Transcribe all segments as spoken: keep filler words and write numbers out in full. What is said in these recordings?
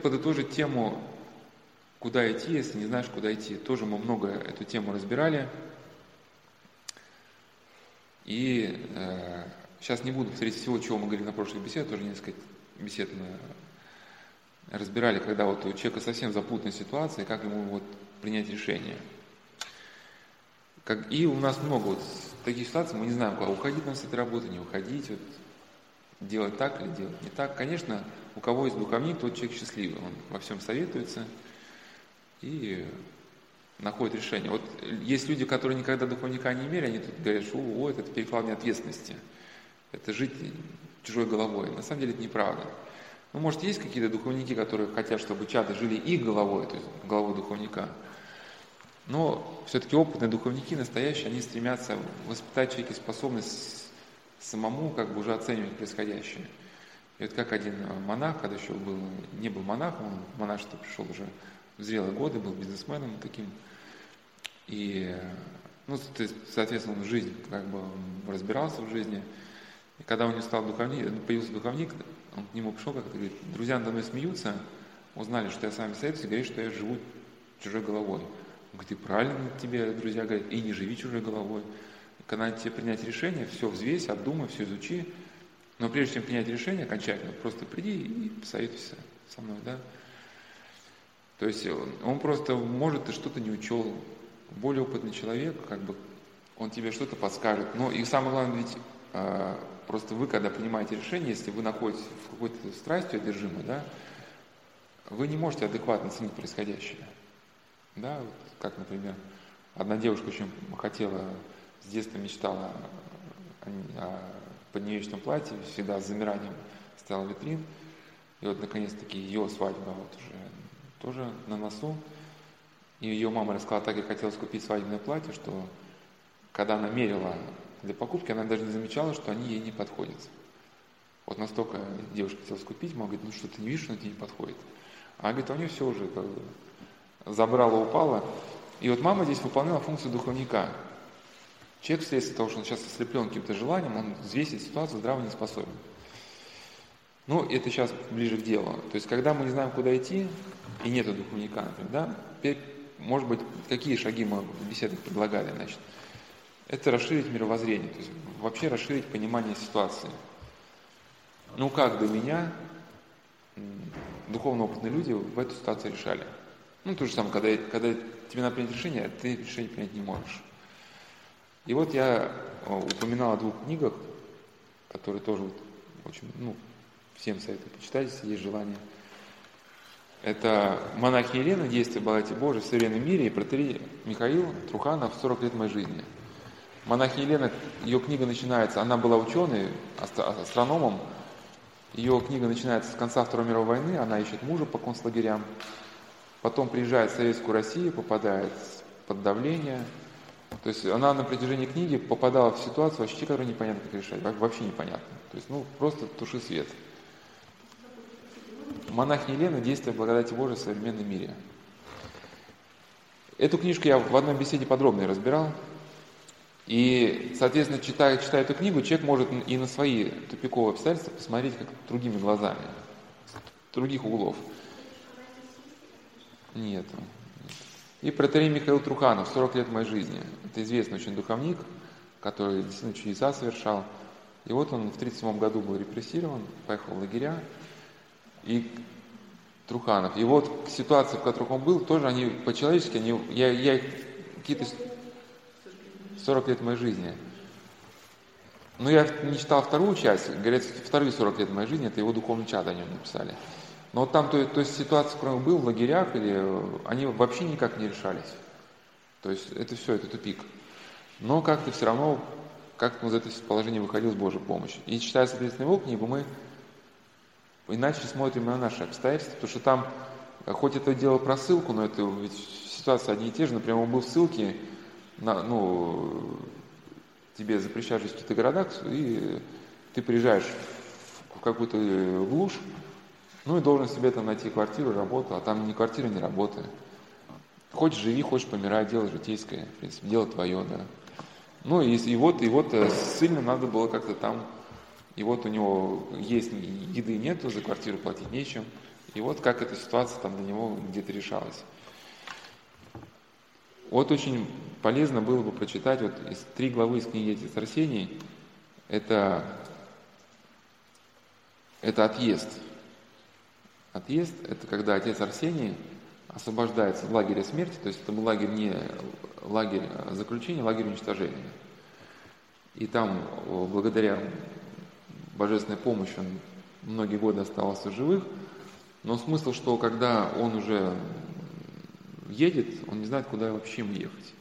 Подытожить тему, куда идти, если не знаешь, куда идти. Тоже мы много эту тему разбирали. И э, сейчас не буду повторить всего, чего мы говорили на прошлых беседах, тоже несколько бесед мы разбирали, когда вот у человека совсем запутанная ситуация, как ему вот принять решение. Как, и у нас много вот таких ситуаций, мы не знаем, куда уходить нам с этой работы, не уходить, вот, делать так или делать не так. Конечно, у кого есть духовник, тот человек счастливый, он во всем советуется и находит решение. Вот есть люди, которые никогда духовника не имели, они тут говорят, что о, это перекладывание ответственности, это жить чужой головой. На самом деле это неправда. Ну, может, есть какие-то духовники, которые хотят, чтобы чады жили их головой, то есть головой духовника. Но все-таки опытные духовники, настоящие, они стремятся воспитать в человеке способность самому как бы уже оценивать происходящее. И вот как один монах, когда еще был, не был монахом, он в монашество пришел уже в зрелые годы, был бизнесменом таким. И, ну, соответственно, он в жизни, как бы разбирался в жизни. И когда у него стал духовник, появился духовник, он к нему пришел, как-то говорит, друзья надо мной смеются, узнали, что я с вами советуюсь, и говорит, что я живу чужой головой. Он говорит, и правильно тебе, друзья говорят, и не живи чужой головой. Когда надо тебе принять решение, все взвесь, обдумай, все изучи. Но прежде чем принять решение окончательно, просто приди и посоветуйся со мной, да. То есть он просто, может, и что-то не учел. Более опытный человек, как бы, он тебе что-то подскажет. Но и самое главное, ведь э, просто вы, когда принимаете решение, если вы находитесь в какой-то страстью одержимой, да, вы не можете адекватно оценить происходящее. Да, вот, как, например, одна девушка очень хотела, с детства мечтала о, о подневечном платье, всегда с замиранием стояла витрин. И вот, наконец-таки, ее свадьба вот уже тоже на носу. И ее мама рассказала, так и хотелось купить свадебное платье, что когда она мерила для покупки, она даже не замечала, что они ей не подходят. Вот настолько девушка хотела купить, мама говорит, ну что, ты не видишь, что она тебе не подходит? А она говорит, а у нее все уже как бы забрала, упала. И вот мама здесь выполняла функцию духовника. Человек вследствие того, что он сейчас ослеплен каким-то желанием, он взвесить ситуацию здраво не способен. Ну, это сейчас ближе к делу. То есть, когда мы не знаем, куда идти, и нету духовника, например, да, может быть, какие шаги мы в беседах предлагали, значит, это расширить мировоззрение, то есть вообще расширить понимание ситуации. Ну, как до меня духовно опытные люди в эту ситуацию решали. Ну, то же самое, когда, когда тебе надо принять решение, ты решение принять не можешь. И вот я упоминал о двух книгах, которые тоже вот очень, ну, всем советую почитать, если есть желание. Это «Монахиня Елена. Действия благодати Божией в современном мире» и протоиерей Михаил Труханов «сорок лет моей жизни». Монахиня Елена, ее книга начинается, она была ученой, астрономом, ее книга начинается с конца Второй мировой войны, она ищет мужа по концлагерям, потом приезжает в Советскую Россию, попадает под давление. То есть она на протяжении книги попадала в ситуацию, вообще, которую непонятно как решать, вообще непонятно. То есть, ну, просто туши свет. Монахиня Елена «Действия благодати Божией в современном мире». Эту книжку я в одной беседе подробно разбирал. И, соответственно, читая, читая эту книгу, человек может и на свои тупиковые обстоятельства посмотреть как другими глазами, с других углов. Нет. И протоиерей Михаил Труханов «сорок лет моей жизни». Это известный очень духовник, который действительно чудеса совершал. И вот он в тридцать седьмом году был репрессирован, поехал в лагеря. И Труханов. И вот ситуации, в которых он был, тоже они по-человечески, они, я, я какие-то сорок лет моей жизни. Но я не читал вторую часть, говорят, вторые сорок лет моей жизни, это его духовный чад о нем написали. Но вот там, то, то есть ситуации, в которых он был, в лагерях, или, они вообще никак не решались. То есть это все, это тупик. Но как-то все равно, как-то он из этого положения выходил с Божьей помощью. И читая, соответственно, его книгу, мы иначе смотрим на наши обстоятельства, потому что там, хоть это дело про ссылку, но это ведь ситуации одни и те же. Например, он был в ссылке, на, ну, тебе запрещают жить в каких-то городах, и ты приезжаешь в какую-то глушь, ну и должен себе там найти квартиру, работу, а там ни квартира, ни работа. Хочешь живи, хочешь помирай, дело житейское, в принципе, дело твое, да. Ну и, и вот, и вот сильно надо было как-то там. И вот у него есть еды нету, за квартиру платить нечем. И вот как эта ситуация там для него где-то решалась. Вот очень полезно было бы прочитать вот из три главы из книги «Отец Арсений». Это, это отъезд. Отъезд – это когда отец Арсений освобождается в лагере смерти, то есть это был лагерь не лагерь заключения, а лагерь уничтожения. И там, благодаря божественной помощи, он многие годы оставался в живых, но смысл, что когда он уже едет, он не знает, куда вообще ему ехать.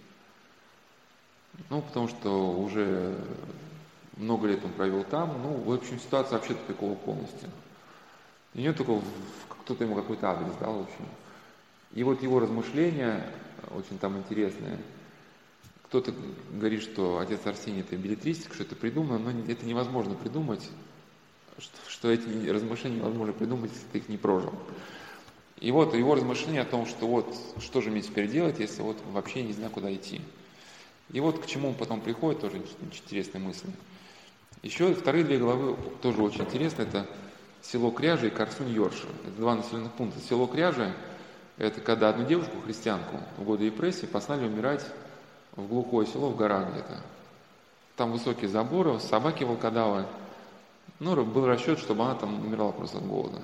Ну, потому что уже много лет он провел там, ну, в общем, ситуация вообще тупиковая полностью. И нет такого, кто-то ему какой-то адрес дал, в общем. И вот его размышления очень там интересные. Кто-то говорит, что отец Арсений – это беллетристика, что это придумано, но это невозможно придумать, что, что эти размышления невозможно придумать, если ты их не прожил. И вот его размышления о том, что вот, что же мне теперь делать, если вот вообще не знаю, куда идти. И вот к чему он потом приходит, тоже очень интересная мысль. Еще вторые две главы тоже очень интересны, это село Кряжи и Корсунь-Йорши. Это два населенных пункта. Село Кряжи – это когда одну девушку, христианку, в годы репрессий послали умирать в глухое село в горах где-то. Там высокие заборы, собаки волкодавы. Ну, был расчет, чтобы она там умерла просто от голода.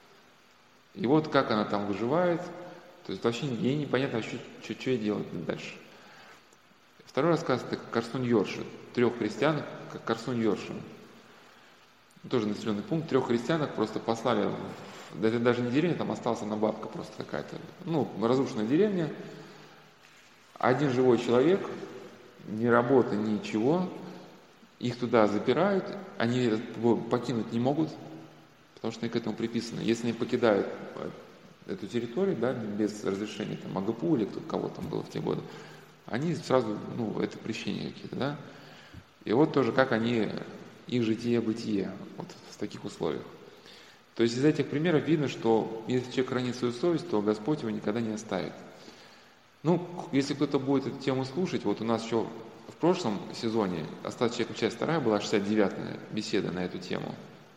И вот как она там выживает, то есть вообще ей непонятно, что, что, что ей делать дальше. Второй рассказ – это Корсунь-Йорши, трех христианок, как Корсунь-Йорши. Тоже населенный пункт, трех христианок просто послали, в, это даже не деревня, там осталась одна бабка просто какая-то, ну, разрушенная деревня. Один живой человек, ни работы, ничего, их туда запирают, они его покинуть не могут, потому что они к этому приписаны. Если они покидают эту территорию, да, без разрешения там, АГПУ или кто, кого там было в те годы, они сразу, ну, это прещения какие-то, да. И вот тоже как они, их житие-бытие вот в таких условиях. То есть из этих примеров видно, что если человек хранит свою совесть, то Господь его никогда не оставит. Ну, если кто-то будет эту тему слушать, вот у нас еще в прошлом сезоне «Остаться человеком» часть вторая была, шестьдесят девятая беседа на эту тему.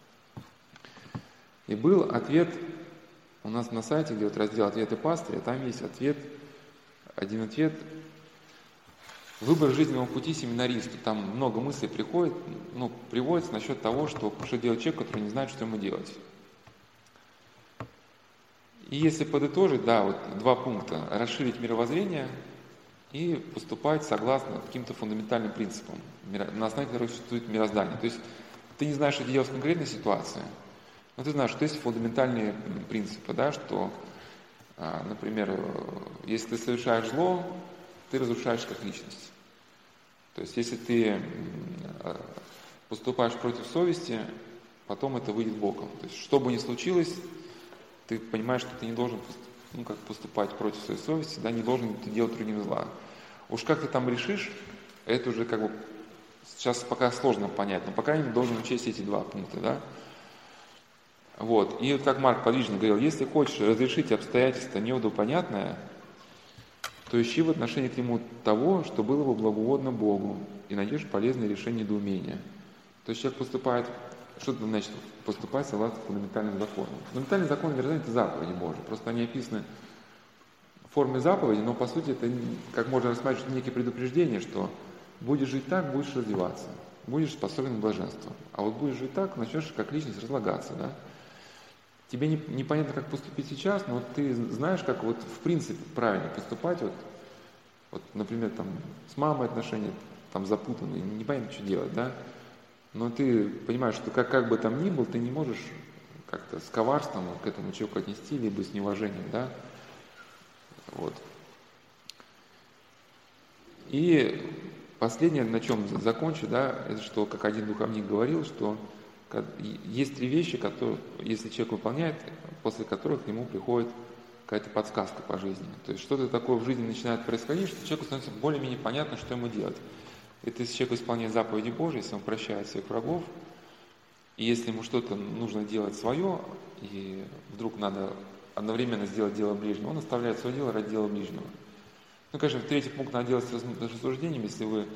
И был ответ у нас на сайте, где вот раздел «Ответы пастыря», там есть ответ, один ответ «Выбор жизненного пути семинаристу». Там много мыслей приходит, ну, приводится насчет того, что, что делать человек, который не знает, что ему делать. И если подытожить, да, вот два пункта. Расширить мировоззрение и поступать согласно каким-то фундаментальным принципам, на основе которых существует мироздание. То есть ты не знаешь, что делать в конкретной ситуации, но ты знаешь, что есть фундаментальные принципы, да, что, например, если ты совершаешь зло, ты разрушаешь как личность. То есть если ты поступаешь против совести, потом это выйдет боком. То есть что бы ни случилось, ты понимаешь, что ты не должен, ну, как поступать против своей совести, да, не должен ты делать другим зла. Уж как ты там решишь, это уже как бы сейчас пока сложно понять, но пока не должен учесть эти два пункта, да. Вот. И вот как Марк Подвижник говорил, если хочешь разрешить обстоятельства неудопонятное, то ищи в отношении к нему того, что было бы благоугодно Богу, и найдешь полезное решение недоумения. То есть человек поступает, что это значит поступать согласно фундаментальным законам? Фундаментальные законы мироздания – это заповеди Божьи. Просто они описаны в форме заповеди, но по сути это, как можно рассматривать, некие предупреждения, что будешь жить так, будешь развиваться, будешь способен к блаженству. А вот будешь жить так, начнешь как личность разлагаться, да? Тебе не, непонятно, как поступить сейчас, но ты знаешь, как вот в принципе правильно поступать. Вот, вот например, там с мамой отношения там запутанные, непонятно, что делать, да? Но ты понимаешь, что как, как бы там ни был, ты не можешь как-то с коварством к этому человеку отнести, либо с неуважением, да? Вот. И последнее, на чем закончу, да, это что, как один духовник говорил, что есть три вещи, которые, если человек выполняет, после которых к нему приходит какая-то подсказка по жизни. То есть что-то такое в жизни начинает происходить, что человеку становится более-менее понятно, что ему делать. Это если человек исполняет заповеди Божьи, если он прощает своих врагов, и если ему что-то нужно делать свое, и вдруг надо одновременно сделать дело ближнего, он оставляет свое дело ради дела ближнего. Ну, конечно, третий пункт надо делать с рассуждением, если вы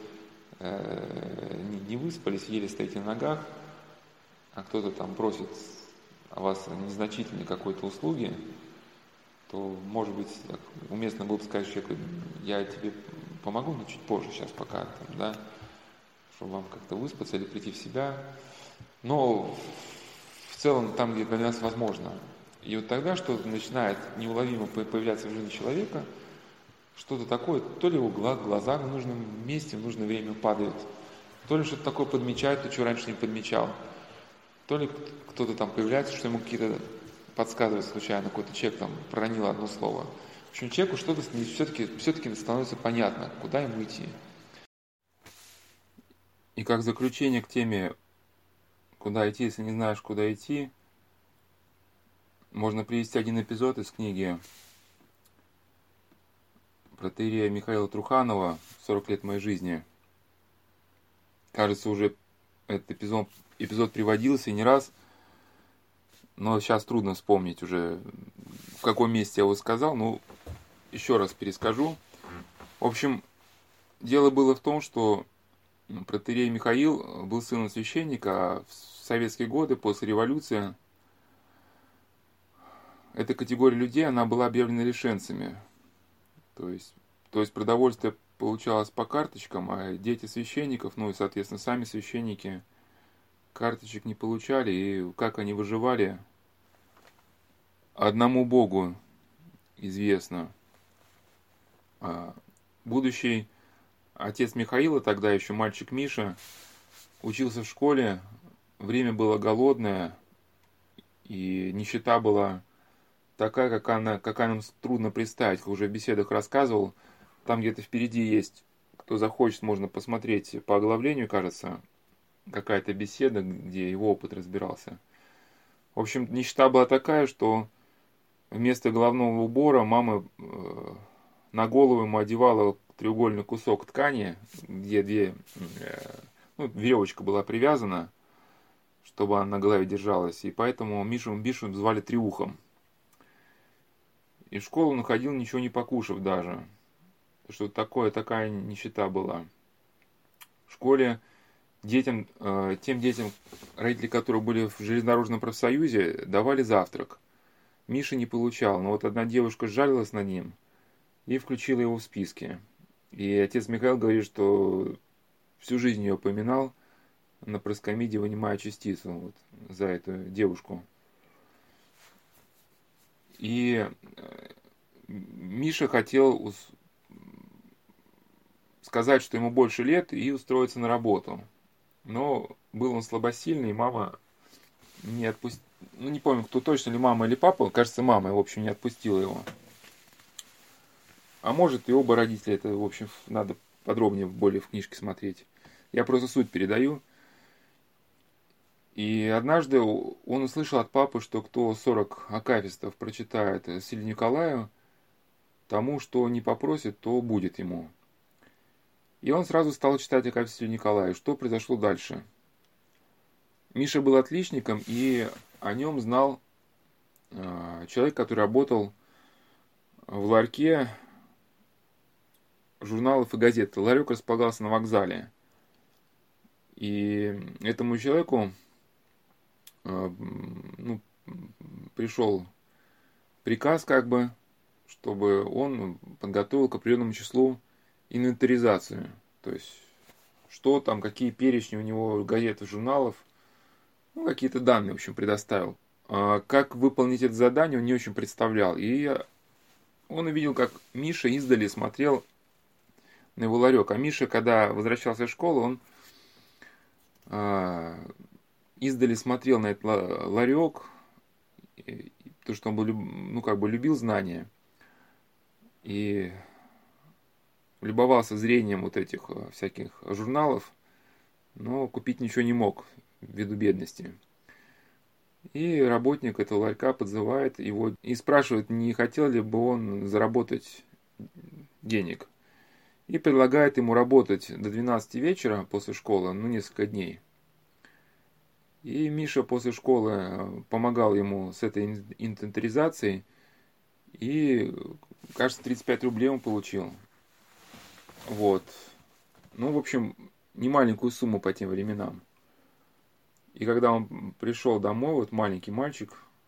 э, не, не выспались, еле стоите на ногах, а кто-то там просит о вас незначительной какой-то услуги, то, может быть, так, уместно было бы сказать человеку: я тебе помогу, но чуть позже, сейчас пока, там, да, чтобы вам как-то выспаться или прийти в себя. Но в целом там, где для нас возможно. И вот тогда что-то начинает неуловимо появляться в жизни человека, что-то такое, то ли его глаза в нужном месте, в нужное время падают, то ли что-то такое подмечает, то, чего раньше не подмечал, то ли кто-то там появляется, что ему какие-то подсказывает случайно, какой-то человек там проронил одно слово. В общем, человеку что-то все-таки, все-таки становится понятно, куда ему идти. И как заключение к теме «Куда идти, если не знаешь, куда идти», можно привести один эпизод из книги протоиерея Михаила Труханова «сорок лет моей жизни». Кажется, уже этот эпизод, эпизод приводился не раз, но сейчас трудно вспомнить уже, в каком месте я его сказал. Ну, еще раз перескажу. В общем, дело было в том, что протоиерей Михаил был сыном священника, а в советские годы, после революции, эта категория людей, она была объявлена лишенцами. То есть, то есть продовольствие получалось по карточкам, а дети священников, ну и, соответственно, сами священники карточек не получали, и как они выживали, одному Богу известно. А будущий отец Михаила, тогда еще мальчик Миша, учился в школе, время было голодное, и нищета была такая, как она, какая нам трудно представить, как уже в беседах рассказывал. Там где-то впереди есть, кто захочет, можно посмотреть по оглавлению, кажется, какая-то беседа, где его опыт разбирался. В общем, нищета была такая, что вместо головного убора мама э, на голову ему одевала треугольный кусок ткани, где две, э, ну, веревочка была привязана, чтобы она на голове держалась, и поэтому Мишу Бишу звали Триухом. И в школу он ходил, ничего не покушав даже. Что такое, такая нищета была. В школе детям, э, тем детям, родители которых были в железнодорожном профсоюзе, давали завтрак. Миша не получал, но вот одна девушка сжалилась над ним и включила его в списки. И отец Михаил говорит, что всю жизнь ее поминал на проскомиде, вынимая частицу вот, за эту девушку. И Миша хотел сказать, что ему больше лет, и устроиться на работу. Но был он слабосильный, и мама не отпустила. Ну, не помню, кто точно, ли мама или папа. Кажется, мама, в общем, не отпустила его. А может, и оба родителя. Это, в общем, надо подробнее более в книжке смотреть. Я просто суть передаю. И однажды он услышал от папы, что кто сорок акафистов прочитает Силе Николаю, тому, что не попросит, то будет ему. И он сразу стал читать акафист Силе Николаю. Что произошло дальше? Миша был отличником, и о нем знал э, человек, который работал в ларьке журналов и газет. Ларек располагался на вокзале. И этому человеку э, ну, пришел приказ, как бы, чтобы он подготовил к определенному числу инвентаризацию. То есть, что там, какие перечни у него газет и журналов, ну, какие-то данные, в общем, предоставил. А как выполнить это задание, он не очень представлял. И он увидел, как Миша издали смотрел на его ларек. А Миша, когда возвращался в школу, он а, издали смотрел на этот ларек, потому что он был, ну, как бы любил знания. И любовался зрением вот этих всяких журналов, но купить ничего не мог ввиду бедности. И работник этого ларька подзывает его и спрашивает, не хотел ли бы он заработать денег. И предлагает ему работать до двенадцати вечера после школы, ну, несколько дней. И Миша после школы помогал ему с этой инвентаризацией, и, кажется, тридцать пять рублей он получил. Вот. Ну, в общем, немаленькую сумму по тем временам. И когда он пришел домой, вот маленький мальчик,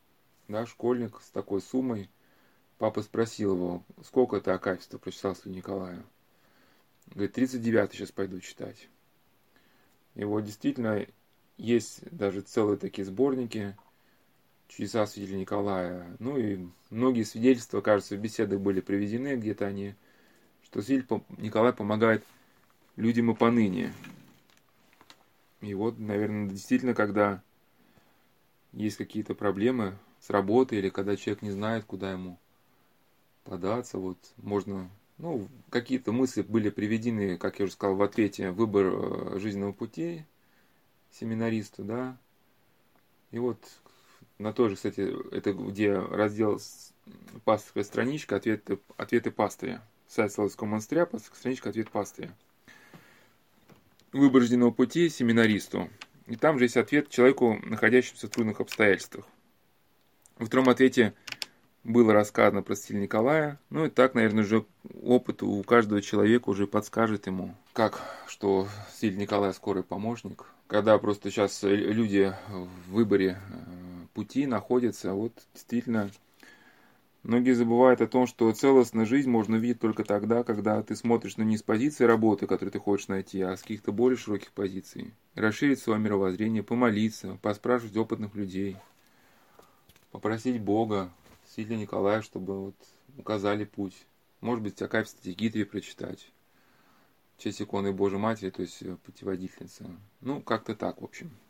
да, школьник с такой суммой. Папа спросил его, сколько ты Акафиста прочитал святого Николая? Говорит, тридцать девятый сейчас пойду читать. И вот действительно есть даже целые такие сборники «Чудеса святителя Николая». Ну и многие свидетельства, кажется, в беседах были приведены, где-то они, что святитель Николай помогает людям и поныне. И вот, наверное, действительно, когда есть какие-то проблемы с работой, или когда человек не знает, куда ему податься, вот можно, ну, какие-то мысли были приведены, как я уже сказал, в ответе выбор жизненного пути семинаристу, да. И вот на той же, кстати, это где раздел пастырская страничка, ответы, ответы пастыря. Сайт Соловецкого монастыря, пастырская страничка, ответ пастыря. Выбор жизненного пути семинаристу. И там же есть ответ человеку, находящемуся в трудных обстоятельствах. Во втором ответе было рассказано про святителя Николая. Ну и так, наверное, уже опыт у каждого человека уже подскажет ему, как, что святитель Николай скорый помощник. Когда просто сейчас люди в выборе пути находятся, вот действительно, многие забывают о том, что целостную жизнь можно увидеть только тогда, когда ты смотришь на не с позиции работы, которую ты хочешь найти, а с каких-то более широких позиций. Расширить свое мировоззрение, помолиться, поспрашивать опытных людей, попросить Бога, святителя Николая, чтобы вот указали путь. Может быть, Акафиста Тикитри прочитать. В честь иконы Божьей Матери, то есть путеводительница. Ну, как-то так, в общем.